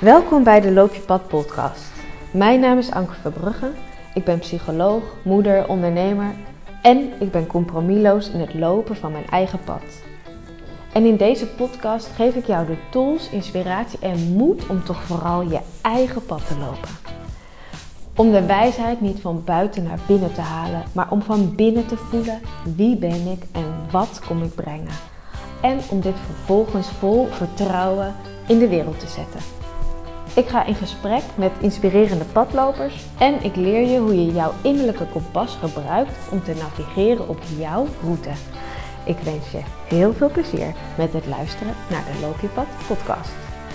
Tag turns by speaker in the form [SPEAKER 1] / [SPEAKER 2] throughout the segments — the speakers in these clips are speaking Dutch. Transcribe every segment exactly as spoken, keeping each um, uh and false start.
[SPEAKER 1] Welkom bij de Loop je Pad podcast. Mijn naam is Anke Verbrugge. Ik ben psycholoog, moeder, ondernemer en ik ben compromisloos in het lopen van mijn eigen pad. En in deze podcast geef ik jou de tools, inspiratie en moed om toch vooral je eigen pad te lopen. Om de wijsheid niet van buiten naar binnen te halen, maar om van binnen te voelen wie ben ik en wat kom ik brengen. En om dit vervolgens vol vertrouwen in de wereld te zetten. Ik ga in gesprek met inspirerende padlopers en ik leer je hoe je jouw innerlijke kompas gebruikt om te navigeren op jouw route. Ik wens je heel veel plezier met het luisteren naar de Loop je Pad podcast.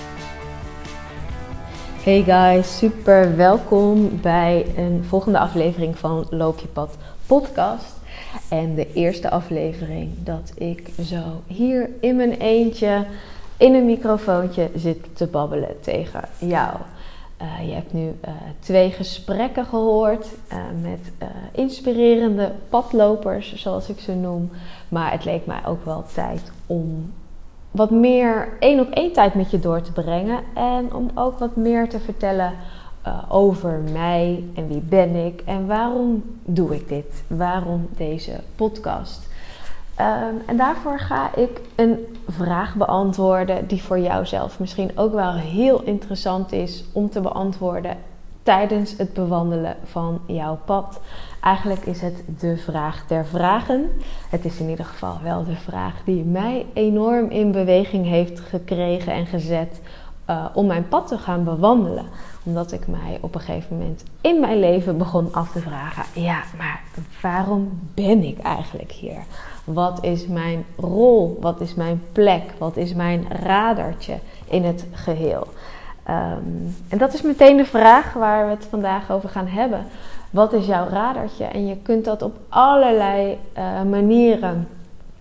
[SPEAKER 1] Hey guys, super welkom bij een volgende aflevering van Loop je Pad podcast. En de eerste aflevering dat ik zo hier in mijn eentje in een microfoontje zit te babbelen tegen jou. Uh, je hebt nu uh, twee gesprekken gehoord uh, met uh, inspirerende padlopers, zoals ik ze noem. Maar het leek mij ook wel tijd om wat meer één op één tijd met je door te brengen. En om ook wat meer te vertellen uh, over mij en wie ben ik en waarom doe ik dit? Waarom deze podcast? Um, en daarvoor ga ik een vraag beantwoorden die voor jou zelf misschien ook wel heel interessant is om te beantwoorden tijdens het bewandelen van jouw pad. Eigenlijk is het de vraag der vragen. Het is in ieder geval wel de vraag die mij enorm in beweging heeft gekregen en gezet uh, om mijn pad te gaan bewandelen. Omdat ik mij op een gegeven moment in mijn leven begon af te vragen, ja, maar waarom ben ik eigenlijk hier? Wat is mijn rol? Wat is mijn plek? Wat is mijn radartje in het geheel? Um, en dat is meteen de vraag waar we het vandaag over gaan hebben. Wat is jouw radartje? En je kunt dat op allerlei uh, manieren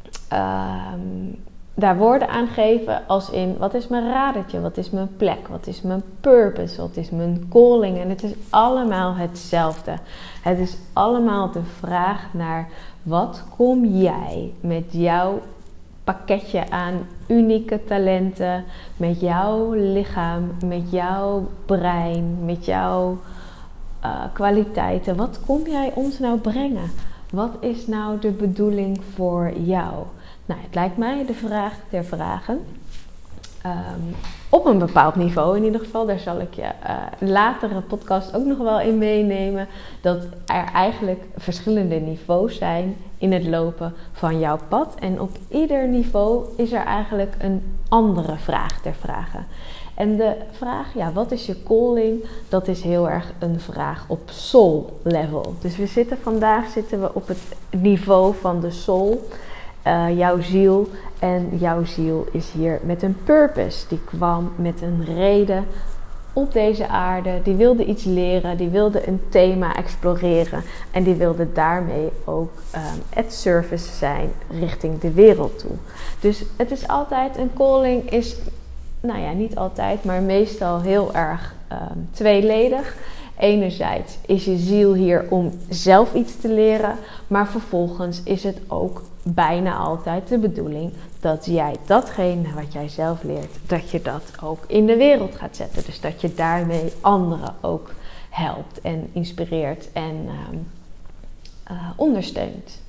[SPEAKER 1] um, daar woorden aan geven. Als in, wat is mijn radartje? Wat is mijn plek? Wat is mijn purpose? Wat is mijn calling? En het is allemaal hetzelfde. Het is allemaal de vraag naar wat kom jij met jouw pakketje aan unieke talenten, met jouw lichaam, met jouw brein, met jouw uh, kwaliteiten. Wat kom jij ons nou brengen? Wat is nou de bedoeling voor jou? Nou, het lijkt mij de vraag der vragen. Um, op een bepaald niveau in ieder geval. Daar zal ik je uh, latere podcast ook nog wel in meenemen. Dat er eigenlijk verschillende niveaus zijn in het lopen van jouw pad. En op ieder niveau is er eigenlijk een andere vraag ter vragen. En de vraag, ja, wat is je calling? Dat is heel erg een vraag op soul level. Dus we zitten vandaag zitten we op het niveau van de soul. Uh, jouw ziel. En jouw ziel is hier met een purpose. Die kwam met een reden op deze aarde. Die wilde iets leren. Die wilde een thema exploreren. En die wilde daarmee ook um, at service zijn richting de wereld toe. Dus het is altijd, een calling is, nou ja, niet altijd, maar meestal heel erg um, tweeledig. Enerzijds is je ziel hier om zelf iets te leren, maar vervolgens is het ook bijna altijd de bedoeling dat jij datgene wat jij zelf leert, dat je dat ook in de wereld gaat zetten. Dus dat je daarmee anderen ook helpt en inspireert en uh, uh, ondersteunt.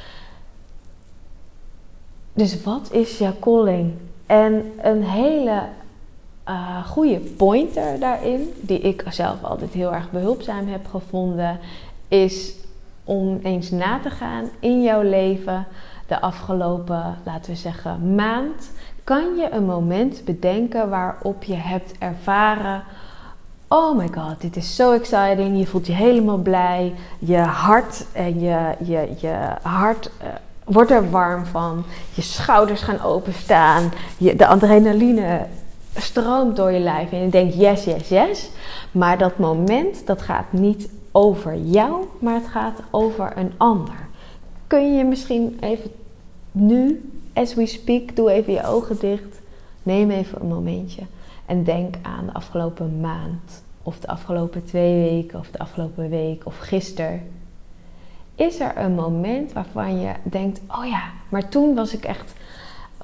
[SPEAKER 1] Dus wat is jouw calling? En een hele Uh, goede pointer daarin, die ik zelf altijd heel erg behulpzaam heb gevonden, is om eens na te gaan in jouw leven de afgelopen, laten we zeggen, maand. Kan je een moment bedenken waarop je hebt ervaren, oh my god, dit is zo exciting, je voelt je helemaal blij, je hart en je, je, je hart uh, wordt er warm van, je schouders gaan openstaan, je, de adrenaline stroomt door je lijf en je denkt yes, yes, yes. Maar dat moment, dat gaat niet over jou, maar het gaat over een ander. Kun je misschien even nu, as we speak, doe even je ogen dicht. Neem even een momentje en denk aan de afgelopen maand. Of de afgelopen twee weken, of de afgelopen week, of gisteren. Is er een moment waarvan je denkt, oh ja, maar toen was ik echt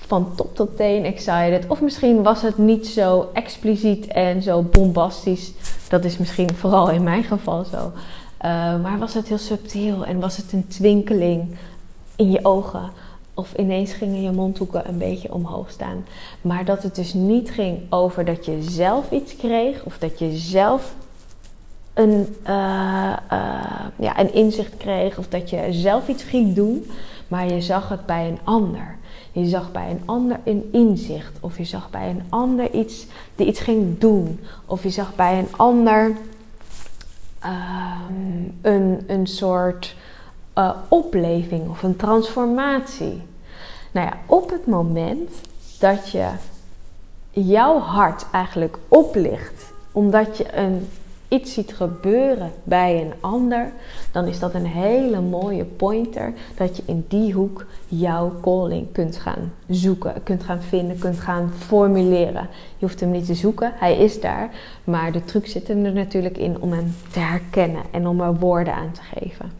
[SPEAKER 1] van top tot teen excited. Of misschien was het niet zo expliciet en zo bombastisch. Dat is misschien vooral in mijn geval zo. Uh, maar was het heel subtiel en was het een twinkeling in je ogen. Of ineens gingen je mondhoeken een beetje omhoog staan. Maar dat het dus niet ging over dat je zelf iets kreeg. Of dat je zelf een, uh, uh, ja, een inzicht kreeg. Of dat je zelf iets ging doen. Maar je zag het bij een ander. Je zag bij een ander een inzicht. Of je zag bij een ander iets die iets ging doen. Of je zag bij een ander uh, een, een soort uh, opleving of een transformatie. Nou ja, op het moment dat je jouw hart eigenlijk oplicht, omdat je een, iets ziet gebeuren bij een ander, dan is dat een hele mooie pointer dat je in die hoek jouw calling kunt gaan zoeken, kunt gaan vinden, kunt gaan formuleren. Je hoeft hem niet te zoeken, hij is daar, maar de truc zit er natuurlijk in om hem te herkennen en om er woorden aan te geven.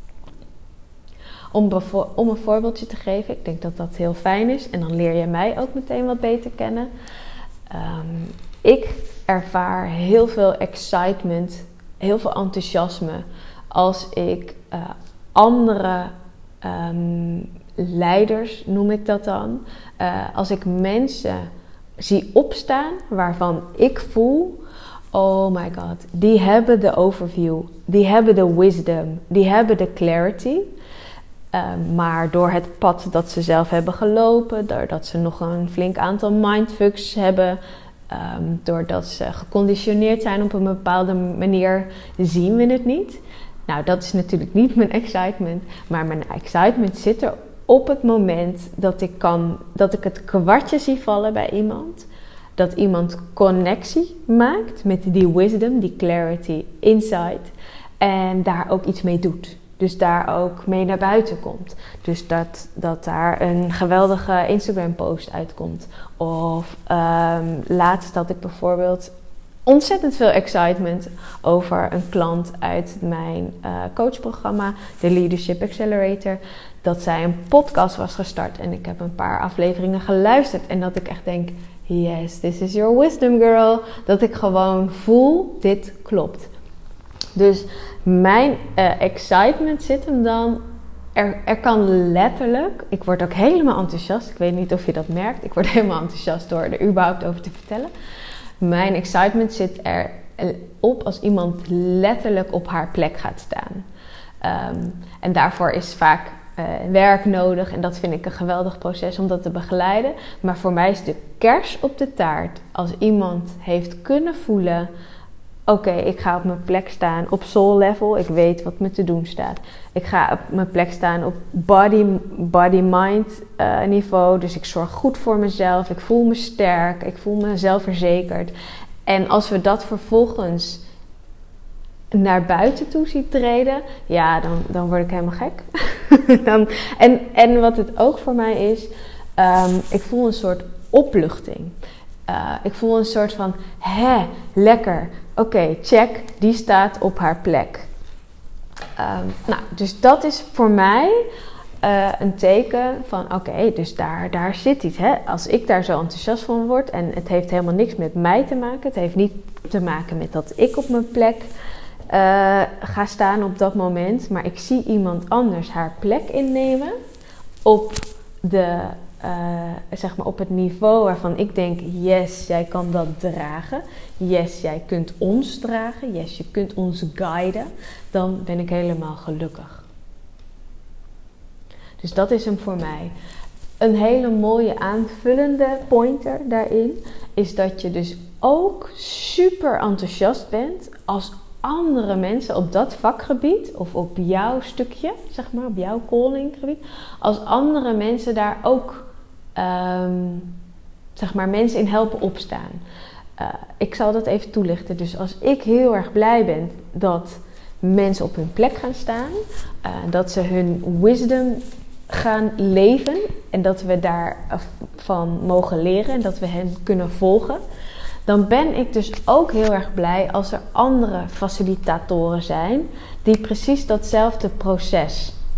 [SPEAKER 1] Om, bevo- om een voorbeeldje te geven, ik denk dat dat heel fijn is en dan leer je mij ook meteen wat beter kennen. Um, ik ervaar heel veel excitement, heel veel enthousiasme als ik uh, andere um, leiders, noem ik dat dan, uh, als ik mensen zie opstaan waarvan ik voel, oh my god, die hebben de overview, die hebben de wisdom, die hebben de clarity. Uh, maar door het pad dat ze zelf hebben gelopen, doordat ze nog een flink aantal mindfucks hebben, um, doordat ze geconditioneerd zijn op een bepaalde manier, zien we het niet. Nou, dat is natuurlijk niet mijn excitement, maar mijn excitement zit er op het moment dat ik, kan, dat ik het kwartje zie vallen bij iemand. Dat iemand connectie maakt met die wisdom, die clarity, insight en daar ook iets mee doet. Dus daar ook mee naar buiten komt. Dus dat, dat daar een geweldige Instagram post uitkomt. Of um, laatst had ik bijvoorbeeld ontzettend veel excitement over een klant uit mijn uh, coachprogramma, de Leadership Accelerator. Dat zij een podcast was gestart en ik heb een paar afleveringen geluisterd. En dat ik echt denk, yes, this is your wisdom girl. Dat ik gewoon voel, dit klopt. Dus mijn uh, excitement zit hem dan, er, er kan letterlijk, ik word ook helemaal enthousiast, ik weet niet of je dat merkt, ik word helemaal enthousiast door er überhaupt over te vertellen. Mijn excitement zit erop als iemand letterlijk op haar plek gaat staan. Um, en daarvoor is vaak uh, werk nodig en dat vind ik een geweldig proces om dat te begeleiden. Maar voor mij is de kers op de taart als iemand heeft kunnen voelen, oké, okay, ik ga op mijn plek staan op soul level. Ik weet wat me te doen staat. Ik ga op mijn plek staan op body, body-mind uh, niveau. Dus ik zorg goed voor mezelf. Ik voel me sterk. Ik voel me zelfverzekerd. En als we dat vervolgens naar buiten toe zien treden, ja, dan, dan word ik helemaal gek. dan, en, en wat het ook voor mij is, um, ik voel een soort opluchting. Uh, ik voel een soort van, hè, lekker. Oké, okay, check, die staat op haar plek. Um, nou, dus dat is voor mij uh, een teken van, oké, okay, dus daar, daar zit iets. Hè? Als ik daar zo enthousiast van word en het heeft helemaal niks met mij te maken. Het heeft niet te maken met dat ik op mijn plek uh, ga staan op dat moment. Maar ik zie iemand anders haar plek innemen op de... Uh, zeg maar op het niveau waarvan ik denk, yes, jij kan dat dragen. Yes, jij kunt ons dragen. Yes, je kunt ons guiden. Dan ben ik helemaal gelukkig. Dus dat is hem voor mij. Een hele mooie aanvullende pointer daarin is dat je dus ook super enthousiast bent als andere mensen op dat vakgebied of op jouw stukje, zeg maar, op jouw callinggebied, als andere mensen daar ook Um, zeg maar mensen in helpen opstaan. Uh, ik zal dat even toelichten. Dus als ik heel erg blij ben dat mensen op hun plek gaan staan, uh, dat ze hun wisdom gaan leven en dat we daarvan mogen leren en dat we hen kunnen volgen, dan ben ik dus ook heel erg blij als er andere facilitatoren zijn die precies datzelfde proces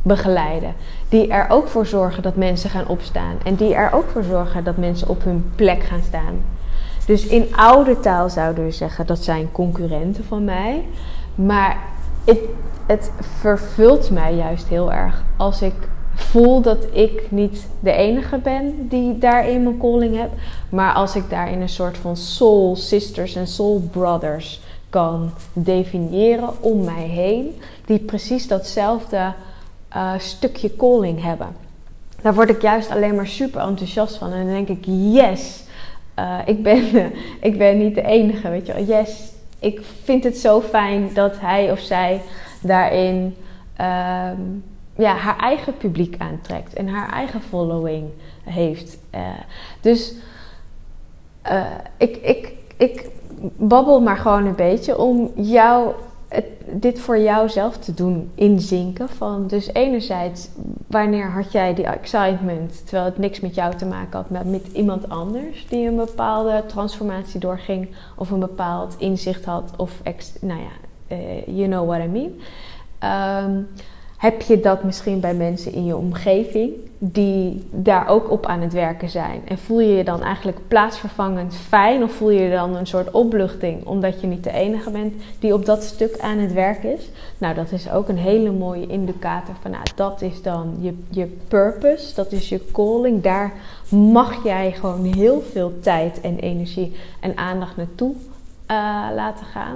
[SPEAKER 1] begeleiden. Die er ook voor zorgen dat mensen gaan opstaan. En die er ook voor zorgen dat mensen op hun plek gaan staan. Dus in oude taal zouden we zeggen, dat zijn concurrenten van mij. Maar het, het vervult mij juist heel erg als ik voel dat ik niet de enige ben die daarin mijn calling heb. Maar als ik daarin een soort van soul sisters en soul brothers kan definiëren om mij heen. Die precies datzelfde uh, stukje calling hebben. Daar word ik juist alleen maar super enthousiast van. En dan denk ik, yes, uh, ik, ben, uh, ik ben niet de enige, weet je wel. Yes, ik vind het zo fijn dat hij of zij daarin uh, ja, haar eigen publiek aantrekt. En haar eigen following heeft. Uh, dus uh, ik, ik, ik babbel maar gewoon een beetje om jou... Het, dit voor jou zelf te doen inzinken. Van, dus enerzijds, wanneer had jij die excitement, terwijl het niks met jou te maken had, maar met iemand anders die een bepaalde transformatie doorging, of een bepaald inzicht had, of, ex, nou ja, uh, you know what I mean. Um, heb je dat misschien bij mensen in je omgeving die daar ook op aan het werken zijn? En voel je je dan eigenlijk plaatsvervangend fijn? Of voel je je dan een soort opluchting omdat je niet de enige bent die op dat stuk aan het werk is? Nou, dat is ook een hele mooie indicator van, nou, dat is dan je, je purpose, dat is je calling. Daar mag jij gewoon heel veel tijd en energie en aandacht naartoe uh, laten gaan.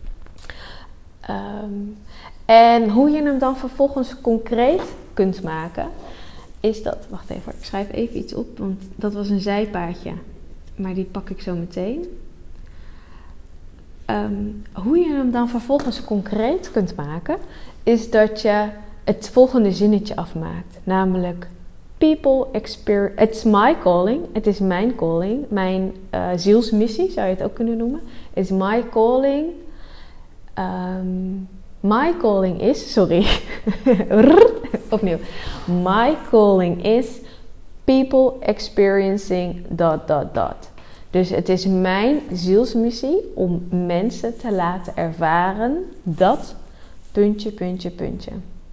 [SPEAKER 1] Um, En hoe je hem dan vervolgens concreet kunt maken, is dat... Wacht even, ik schrijf even iets op, want dat was een zijpaadje. Maar die pak ik zo meteen. Um, hoe je hem dan vervolgens concreet kunt maken, is dat je het volgende zinnetje afmaakt. Namelijk, people experience... It's my calling, het is mijn calling, mijn uh, zielsmissie, zou je het ook kunnen noemen. It's my calling... Um, My calling is, sorry, opnieuw. My calling is people experiencing dot, dot, dot. Dus het is mijn zielsmissie om mensen te laten ervaren dat puntje, puntje, puntje.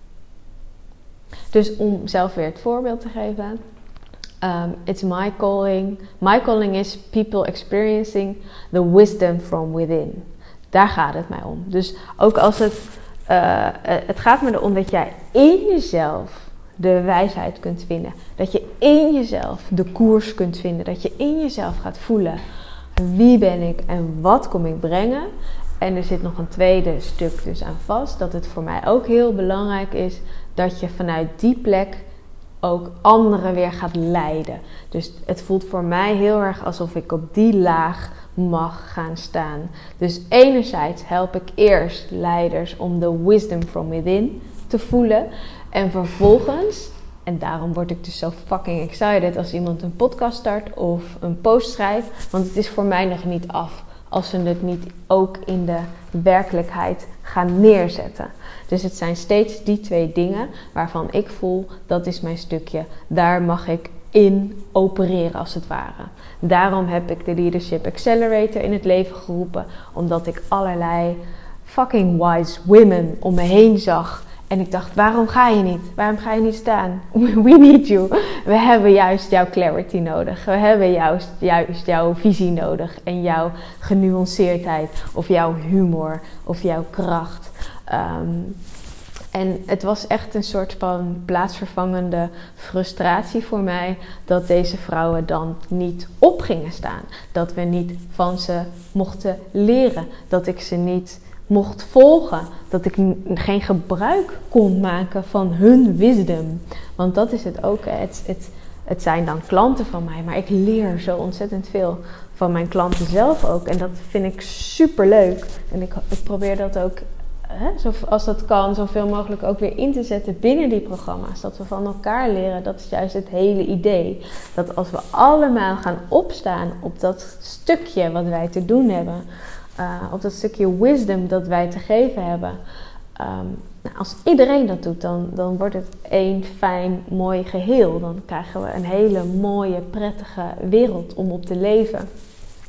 [SPEAKER 1] Dus om zelf weer het voorbeeld te geven. Um, it's my calling. My calling is people experiencing the wisdom from within. Daar gaat het mij om. Dus ook als het... Uh, het gaat me erom dat jij in jezelf de wijsheid kunt vinden. Dat je in jezelf de koers kunt vinden. Dat je in jezelf gaat voelen. Wie ben ik en wat kom ik brengen? En er zit nog een tweede stuk dus aan vast. Dat het voor mij ook heel belangrijk is dat je vanuit die plek ook anderen weer gaat leiden. Dus het voelt voor mij heel erg alsof ik op die laag mag gaan staan. Dus enerzijds help ik eerst leiders om de wisdom from within te voelen. En vervolgens, en daarom word ik dus zo fucking excited als iemand een podcast start of een post schrijft. Want het is voor mij nog niet af als ze het niet ook in de werkelijkheid gaan neerzetten. Dus het zijn steeds die twee dingen waarvan ik voel, dat is mijn stukje. Daar mag ik in opereren als het ware. Daarom heb ik de Leadership Accelerator in het leven geroepen. Omdat ik allerlei fucking wise women om me heen zag. En ik dacht, waarom ga je niet? Waarom ga je niet staan? We need you. We hebben juist jouw clarity nodig. We hebben juist, juist jouw visie nodig. En jouw genuanceerdheid. Of jouw humor. Of jouw kracht. Um, En het was echt een soort van plaatsvervangende frustratie voor mij dat deze vrouwen dan niet op gingen staan. Dat we niet van ze mochten leren. Dat ik ze niet mocht volgen. Dat ik n- geen gebruik kon maken van hun wisdom. Want dat is het ook. Het, het, het zijn dan klanten van mij. Maar ik leer zo ontzettend veel van mijn klanten zelf ook. En dat vind ik super leuk. En ik, ik probeer dat ook... als dat kan, zoveel mogelijk ook weer in te zetten binnen die programma's. Dat we van elkaar leren, dat is juist het hele idee. Dat als we allemaal gaan opstaan op dat stukje wat wij te doen hebben. Uh, op dat stukje wisdom dat wij te geven hebben. Um, nou, als iedereen dat doet, dan, dan wordt het één fijn, mooi geheel. Dan krijgen we een hele mooie, prettige wereld om op te leven.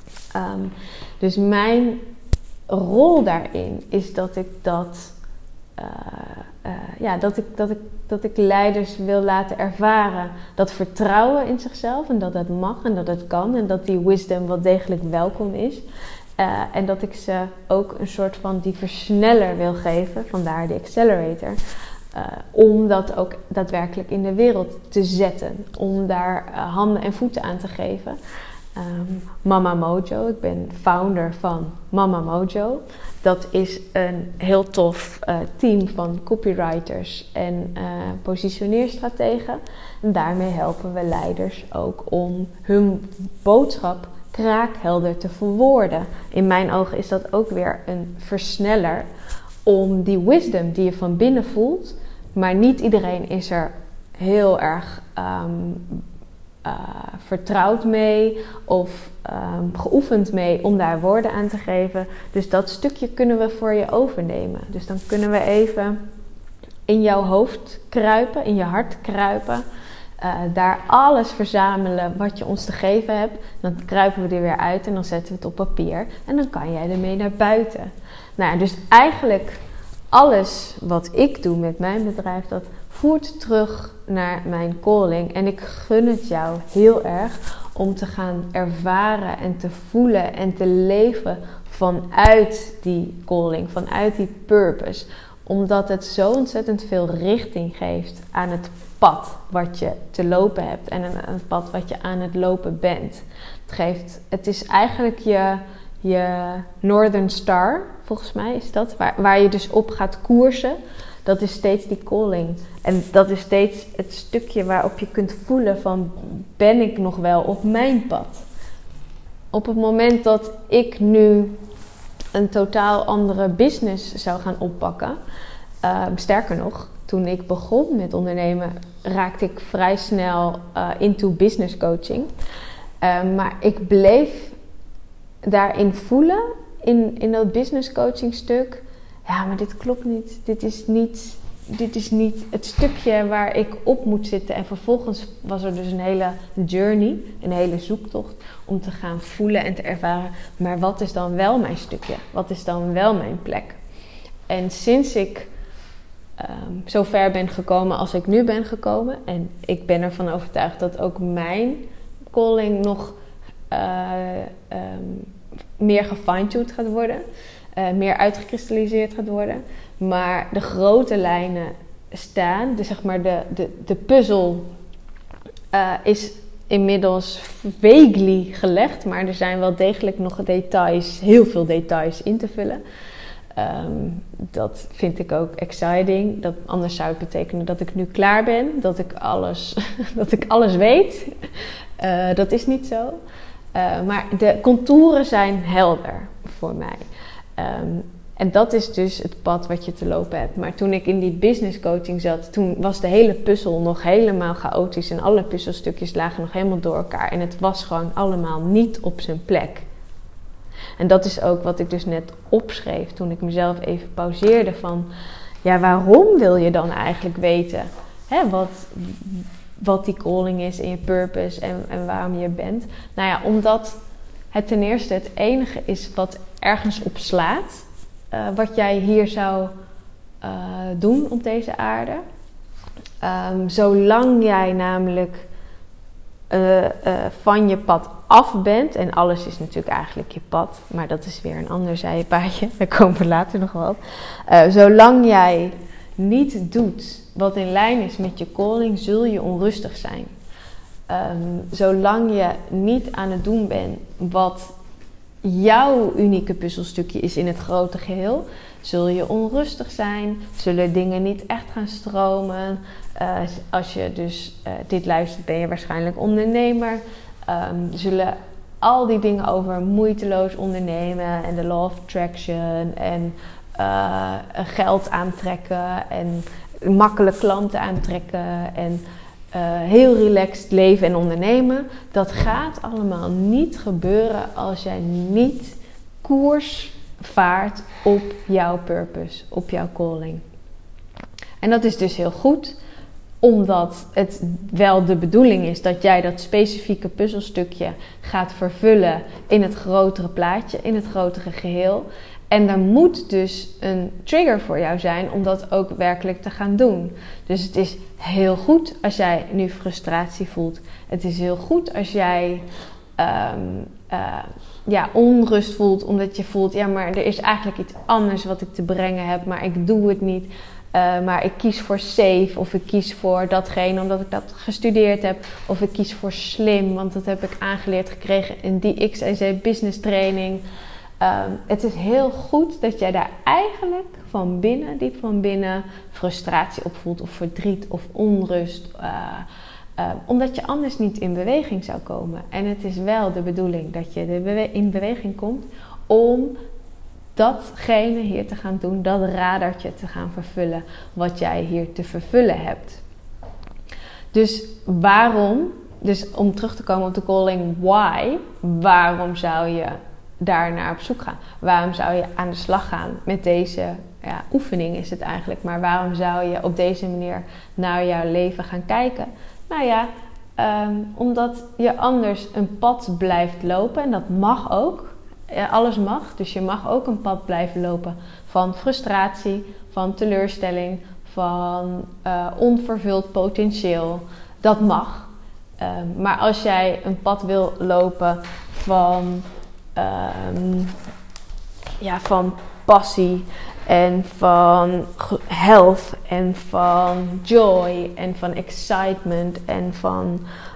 [SPEAKER 1] Um, dus mijn rol daarin is dat ik dat uh, uh, ja, dat, ik, dat, ik, dat ik leiders wil laten ervaren dat vertrouwen in zichzelf en dat het mag en dat het kan en dat die wisdom wel degelijk welkom is. Uh, en dat ik ze ook een soort van die versneller wil geven, vandaar die accelerator. Uh, om dat ook daadwerkelijk in de wereld te zetten. Om daar uh, handen en voeten aan te geven. Um, Mama Mojo, ik ben founder van Mama Mojo. Dat is een heel tof uh, team van copywriters en uh, positioneerstrategen. En daarmee helpen we leiders ook om hun boodschap kraakhelder te verwoorden. In mijn ogen is dat ook weer een versneller om die wisdom die je van binnen voelt, maar niet iedereen is er heel erg um, uh, vertrouwd mee of um, geoefend mee om daar woorden aan te geven. Dus dat stukje kunnen we voor je overnemen. Dus dan kunnen we even in jouw hoofd kruipen, in je hart kruipen. Uh, daar alles verzamelen wat je ons te geven hebt. Dan kruipen we er weer uit en dan zetten we het op papier. En dan kan jij ermee naar buiten. Nou, dus eigenlijk alles wat ik doe met mijn bedrijf, dat voert terug naar mijn calling. En ik gun het jou heel erg om te gaan ervaren en te voelen en te leven vanuit die calling, vanuit die purpose. Omdat het zo ontzettend veel richting geeft aan het pad wat je te lopen hebt en aan het pad wat je aan het lopen bent. Het geeft, het is eigenlijk je, je Northern Star, volgens mij is dat, waar, waar je dus op gaat koersen. Dat is steeds die calling. En dat is steeds het stukje waarop je kunt voelen van, ben ik nog wel op mijn pad? Op het moment dat ik nu een totaal andere business zou gaan oppakken, uh, sterker nog, toen ik begon met ondernemen, raakte ik vrij snel uh, into business coaching. Uh, maar ik bleef daarin voelen, in, in dat business coaching stuk. Ja, maar dit klopt niet. Dit is niet, dit is niet het stukje waar ik op moet zitten. En vervolgens was er dus een hele journey, een hele zoektocht om te gaan voelen en te ervaren. Maar wat is dan wel mijn stukje? Wat is dan wel mijn plek? En sinds ik Um, zo ver ben gekomen als ik nu ben gekomen. En ik ben ervan overtuigd dat ook mijn calling nog uh, um, meer gefine-tuned gaat worden. Uh, meer uitgekristalliseerd gaat worden. Maar de grote lijnen staan. Dus zeg maar de, de, de puzzel uh, is inmiddels vaguely gelegd. Maar er zijn wel degelijk nog details, heel veel details in te vullen. Um, dat vind ik ook exciting. Dat, anders zou het betekenen dat ik nu klaar ben. Dat ik alles, dat ik alles weet. Uh, dat is niet zo. Uh, maar de contouren zijn helder voor mij. Um, en dat is dus het pad wat je te lopen hebt. Maar toen ik in die business coaching zat, toen was de hele puzzel nog helemaal chaotisch. En alle puzzelstukjes lagen nog helemaal door elkaar. En het was gewoon allemaal niet op zijn plek. En dat is ook wat ik dus net opschreef toen ik mezelf even pauzeerde van, ja, waarom wil je dan eigenlijk weten hè, wat, wat die calling is en je purpose en, en waarom je bent? Nou ja, omdat het ten eerste het enige is wat ergens op slaat, uh, wat jij hier zou uh, doen op deze aarde. Um, zolang jij namelijk uh, uh, van je pad af bent, en alles is natuurlijk eigenlijk je pad, maar dat is weer een ander zijpaadje, daar komen we later nog wel op. Uh, zolang jij niet doet wat in lijn is met je calling, zul je onrustig zijn. Um, zolang je niet aan het doen bent wat jouw unieke puzzelstukje is in het grote geheel, zul je onrustig zijn, zullen dingen niet echt gaan stromen. Uh, als je dus uh, dit luistert, ben je waarschijnlijk ondernemer. Um, zullen al die dingen over moeiteloos ondernemen en de law of attraction en uh, geld aantrekken en makkelijk klanten aantrekken en uh, heel relaxed leven en ondernemen. Dat gaat allemaal niet gebeuren als jij niet koers vaart op jouw purpose, op jouw calling. En dat is dus heel goed. omdat het wel de bedoeling is dat jij dat specifieke puzzelstukje gaat vervullen in het grotere plaatje, in het grotere geheel. En er moet dus een trigger voor jou zijn om dat ook werkelijk te gaan doen. Dus het is heel goed als jij nu frustratie voelt. Het is heel goed als jij um, uh, ja, onrust voelt, omdat je voelt, ja, maar er is eigenlijk iets anders wat ik te brengen heb, maar ik doe het niet. Uh, maar ik kies voor safe, of ik kies voor datgene omdat ik dat gestudeerd heb. Of ik kies voor slim, want dat heb ik aangeleerd gekregen in die X Y Z business training. Um, het is heel goed dat jij daar eigenlijk van binnen, diep van binnen, frustratie op voelt, of verdriet of onrust. Uh, uh, omdat je anders niet in beweging zou komen. En het is wel de bedoeling dat je de bewe- in beweging komt om datgene hier te gaan doen, dat radartje te gaan vervullen wat jij hier te vervullen hebt. Dus waarom, dus om terug te komen op de calling why, waarom zou je daar naar op zoek gaan? Waarom zou je aan de slag gaan met deze ja, oefening is het eigenlijk, maar waarom zou je op deze manier naar jouw leven gaan kijken? Nou ja, um, omdat je anders een pad blijft lopen en dat mag ook. Alles mag, dus je mag ook een pad blijven lopen van frustratie, van teleurstelling, van uh, onvervuld potentieel. Dat mag. Um, maar als jij een pad wil lopen van, um, ja, van passie en van health en van joy en van excitement en van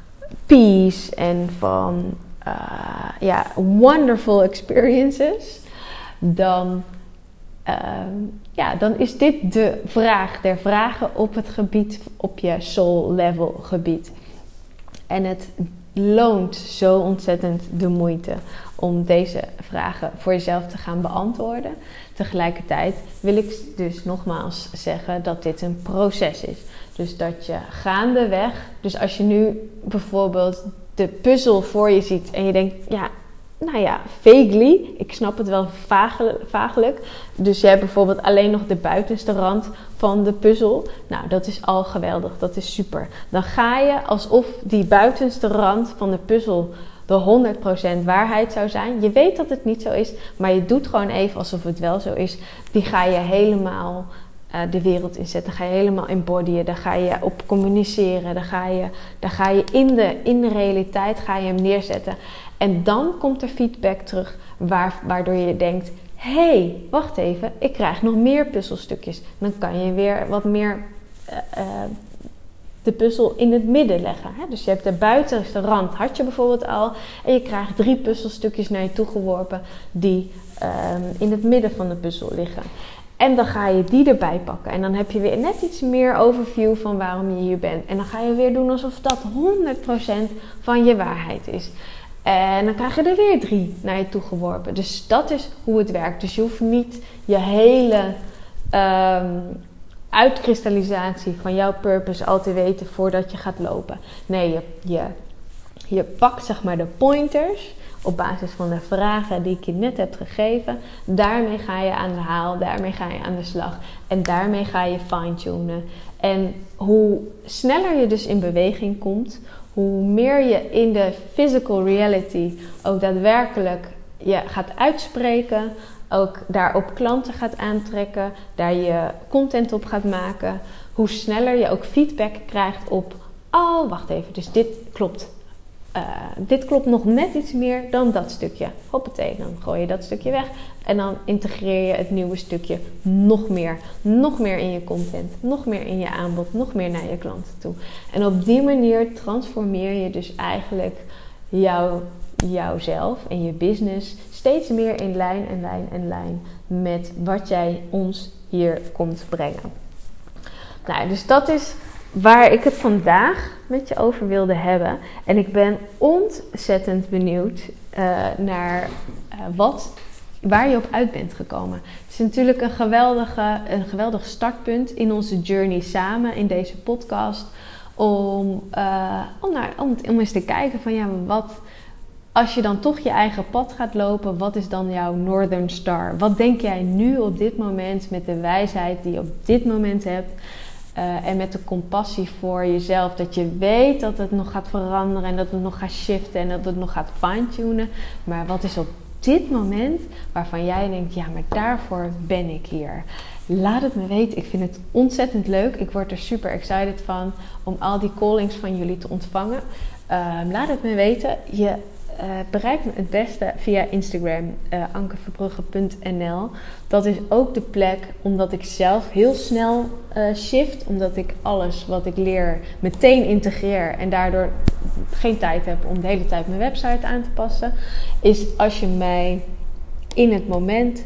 [SPEAKER 1] peace en van Uh, ja, wonderful experiences, dan, uh, ja, dan is dit de vraag der vragen op het gebied, op je soul level gebied. En het loont zo ontzettend de moeite om deze vragen voor jezelf te gaan beantwoorden. Tegelijkertijd wil ik dus nogmaals zeggen dat dit een proces is. Dus dat je gaandeweg, dus als je nu bijvoorbeeld de puzzel voor je ziet en je denkt, ja, nou ja, vaguely, ik snap het wel vaaglijk. Dus je hebt bijvoorbeeld alleen nog de buitenste rand van de puzzel. Nou, dat is al geweldig, dat is super. Dan ga je alsof die buitenste rand van de puzzel de honderd procent waarheid zou zijn. Je weet dat het niet zo is, maar je doet gewoon even alsof het wel zo is. Die ga je helemaal uh, de wereld inzetten. Daar ga je helemaal embodyen. Daar ga je op communiceren. Daar ga je, daar ga je in, de, in de realiteit ga je hem neerzetten. En dan komt er feedback terug waar, waardoor je denkt, hé, hey, wacht even, ik krijg nog meer puzzelstukjes. Dan kan je weer wat meer uh, uh, de puzzel in het midden leggen. Hè? Dus je hebt de buitenste rand, had je bijvoorbeeld al, en je krijgt drie puzzelstukjes naar je toe geworpen die uh, in het midden van de puzzel liggen. En dan ga je die erbij pakken. En dan heb je weer net iets meer overview van waarom je hier bent. En dan ga je weer doen alsof dat honderd procent van je waarheid is. En dan krijg je er weer drie naar je toe geworpen. Dus dat is hoe het werkt. Dus je hoeft niet je hele um, uitkristallisatie van jouw purpose al te weten voordat je gaat lopen. Nee, je, je, je pakt zeg maar de pointers op basis van de vragen die ik je net heb gegeven. Daarmee ga je aan de haal, daarmee ga je aan de slag. En daarmee ga je fine-tunen. En hoe sneller je dus in beweging komt, hoe meer je in de physical reality ook daadwerkelijk je gaat uitspreken, ook daarop klanten gaat aantrekken, daar je content op gaat maken, hoe sneller je ook feedback krijgt op, oh wacht even, dus dit klopt. Uh, dit klopt nog net iets meer dan dat stukje. Hoppatee, dan gooi je dat stukje weg. En dan integreer je het nieuwe stukje nog meer. Nog meer in je content. Nog meer in je aanbod. Nog meer naar je klanten toe. En op die manier transformeer je dus eigenlijk jou, jouzelf en je business steeds meer in lijn en lijn en lijn met wat jij ons hier komt brengen. Nou, dus dat is waar ik het vandaag met je over wilde hebben. En ik ben ontzettend benieuwd uh, naar uh, wat, waar je op uit bent gekomen. Het is natuurlijk een, geweldige, een geweldig startpunt in onze journey samen in deze podcast. Om, uh, om, naar, om, om eens te kijken van ja, wat, als je dan toch je eigen pad gaat lopen, wat is dan jouw Northern Star? Wat denk jij nu op dit moment met de wijsheid die je op dit moment hebt? Uh, en met de compassie voor jezelf. Dat je weet dat het nog gaat veranderen en dat het nog gaat shiften en dat het nog gaat fine-tunen. Maar wat is op dit moment waarvan jij denkt, ja, maar daarvoor ben ik hier. Laat het me weten. Ik vind het ontzettend leuk. Ik word er super excited van om al die callings van jullie te ontvangen. Uh, laat het me weten. Je uh, bereikt me het beste via Instagram, uh, ankeverbrugge punt n l. Dat is ook de plek omdat ik zelf heel snel uh, shift. Omdat ik alles wat ik leer meteen integreer en daardoor geen tijd heb om de hele tijd mijn website aan te passen. Is als je mij in het moment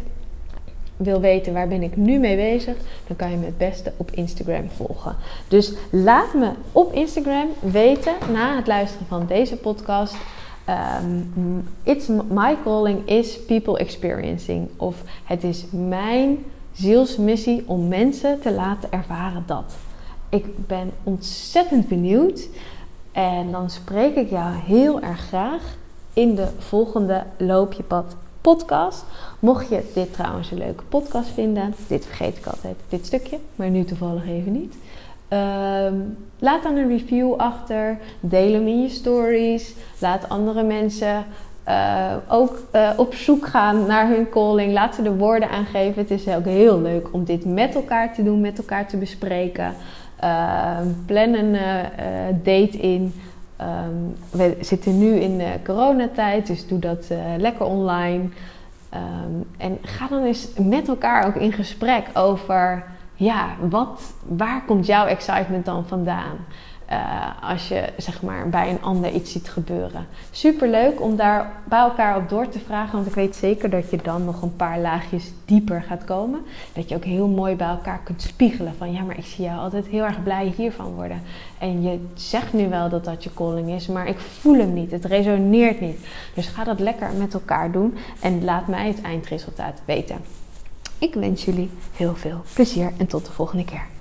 [SPEAKER 1] wil weten waar ben ik nu mee bezig, dan kan je me het beste op Instagram volgen. Dus laat me op Instagram weten na het luisteren van deze podcast. Um, it's my calling is people experiencing. Of het is mijn zielsmissie om mensen te laten ervaren dat. Ik ben ontzettend benieuwd. En dan spreek ik jou heel erg graag in de volgende Loop je Pad podcast. Mocht je dit trouwens een leuke podcast vinden, dit vergeet ik altijd, dit stukje, maar nu toevallig even niet. Um, laat dan een review achter, deel hem in je stories, laat andere mensen uh, ook uh, op zoek gaan naar hun calling, laat ze de woorden aangeven. Het is ook heel leuk om dit met elkaar te doen, met elkaar te bespreken. Uh, plan een uh, date in. Um, we zitten nu in de coronatijd, dus doe dat uh, lekker online. Um, en ga dan eens met elkaar ook in gesprek over, ja, wat, waar komt jouw excitement dan vandaan? Uh, als je zeg maar bij een ander iets ziet gebeuren. Superleuk om daar bij elkaar op door te vragen. Want ik weet zeker dat je dan nog een paar laagjes dieper gaat komen. Dat je ook heel mooi bij elkaar kunt spiegelen. Van ja, maar ik zie jou altijd heel erg blij hiervan worden. En je zegt nu wel dat dat je calling is. Maar ik voel hem niet. Het resoneert niet. Dus ga dat lekker met elkaar doen. En laat mij het eindresultaat weten. Ik wens jullie heel veel plezier en tot de volgende keer.